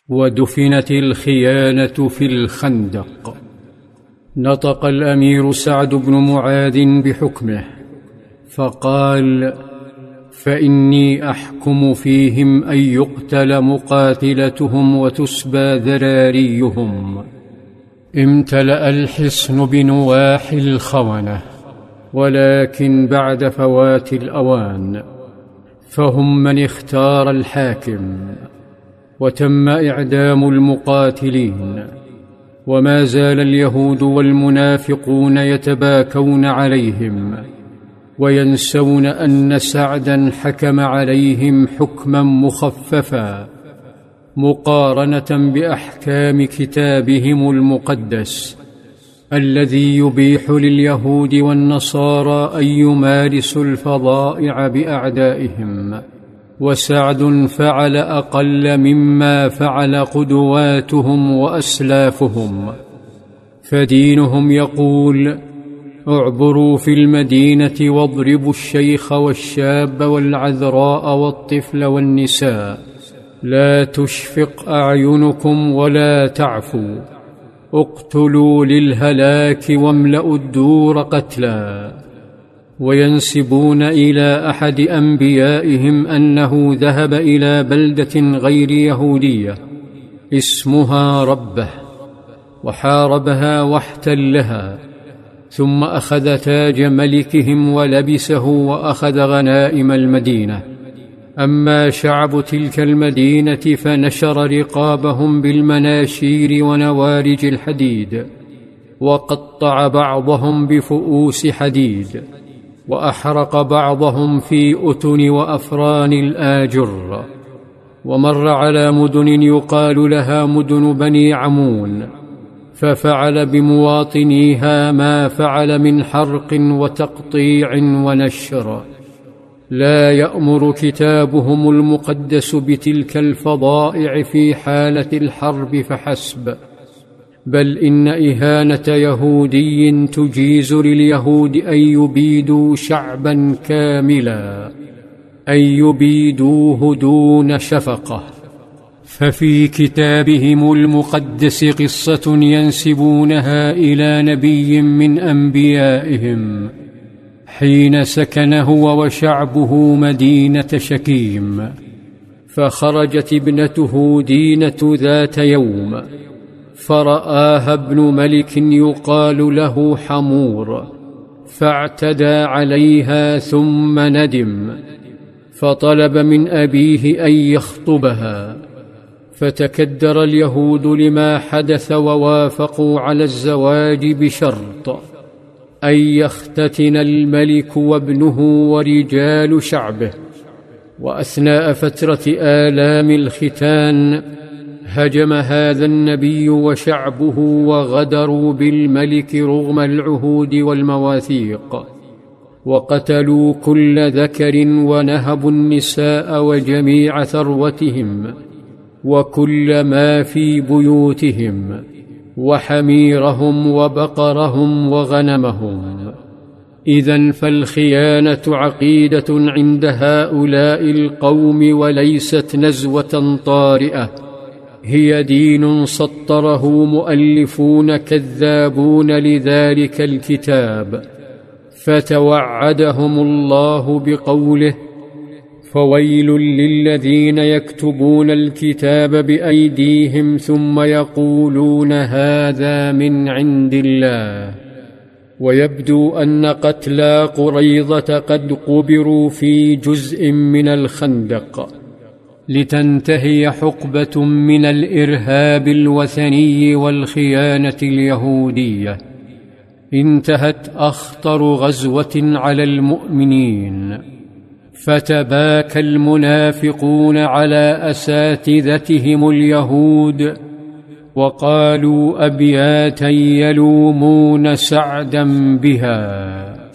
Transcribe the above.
ودفنت الخيانة في الخندق. نطق الأمير سعد بن معاذ بحكمه فقال: فإني أحكم فيهم أن يقتل مقاتلتهم وتسبى ذراريهم. امتلأ الحصن بنواح الخونة، ولكن بعد فوات الأوان، فهم من اختار الحاكم، وتم إعدام المقاتلين، وما زال اليهود والمنافقون يتباكون عليهم، وينسون أن سعدا حكم عليهم حكما مخففا مقارنة بأحكام كتابهم المقدس الذي يبيح لليهود والنصارى أن يمارسوا الفظائع بأعدائهم. وسعد فعل أقل مما فعل قدواتهم وأسلافهم، فدينهم يقول: اعبروا في المدينة واضربوا الشيخ والشاب والعذراء والطفل والنساء، لا تشفق أعينكم ولا تعفوا، اقتلوا للهلاك واملأوا الدور قتلا. وينسبون إلى أحد أنبيائهم أنه ذهب إلى بلدة غير يهودية اسمها ربة، وحاربها واحتلها، ثم أخذ تاج ملكهم ولبسه، وأخذ غنائم المدينة. أما شعب تلك المدينة فنشر رقابهم بالمناشير ونوارج الحديد، وقطع بعضهم بفؤوس حديد، وأحرق بعضهم في أتن وأفران الآجر. ومر على مدن يقال لها مدن بني عمون، ففعل بمواطنيها ما فعل من حرق وتقطيع ونشر. لا يأمر كتابهم المقدس بتلك الفظائع في حالة الحرب فحسب، بل إن إهانة يهودي تجيز لليهود أن يبيدوا شعبا كاملا، أن يبيدوه دون شفقة. ففي كتابهم المقدس قصة ينسبونها إلى نبي من أنبيائهم حين سكن هو وشعبه مدينة شكيم، فخرجت ابنته دينة ذات يوم، فرآها ابن ملك يقال له حمور، فاعتدى عليها ثم ندم، فطلب من أبيه أن يخطبها، فتكدر اليهود لما حدث، ووافقوا على الزواج بشرط أن يختتن الملك وابنه ورجال شعبه. وأثناء فترة آلام الختان هجم هذا النبي وشعبه وغدروا بالملك رغم العهود والمواثيق، وقتلوا كل ذكر، ونهبوا النساء وجميع ثروتهم وكل ما في بيوتهم، وحميرهم وبقرهم وغنمهم. إذن فالخيانة عقيدة عند هؤلاء القوم، وليست نزوة طارئة، هي دين سطره مؤلفون كذابون لذلك الكتاب، فتوعدهم الله بقوله: فويل للذين يكتبون الكتاب بأيديهم ثم يقولون هذا من عند الله. ويبدو أن قتلى قريظة قد قبروا في جزء من الخندق، لتنتهي حقبة من الإرهاب الوثني والخيانة اليهودية انتهت أخطر غزوة على المؤمنين، فتباكى المنافقون على أساتذتهم اليهود، وقالوا أبياتا يلومون سعدا بها.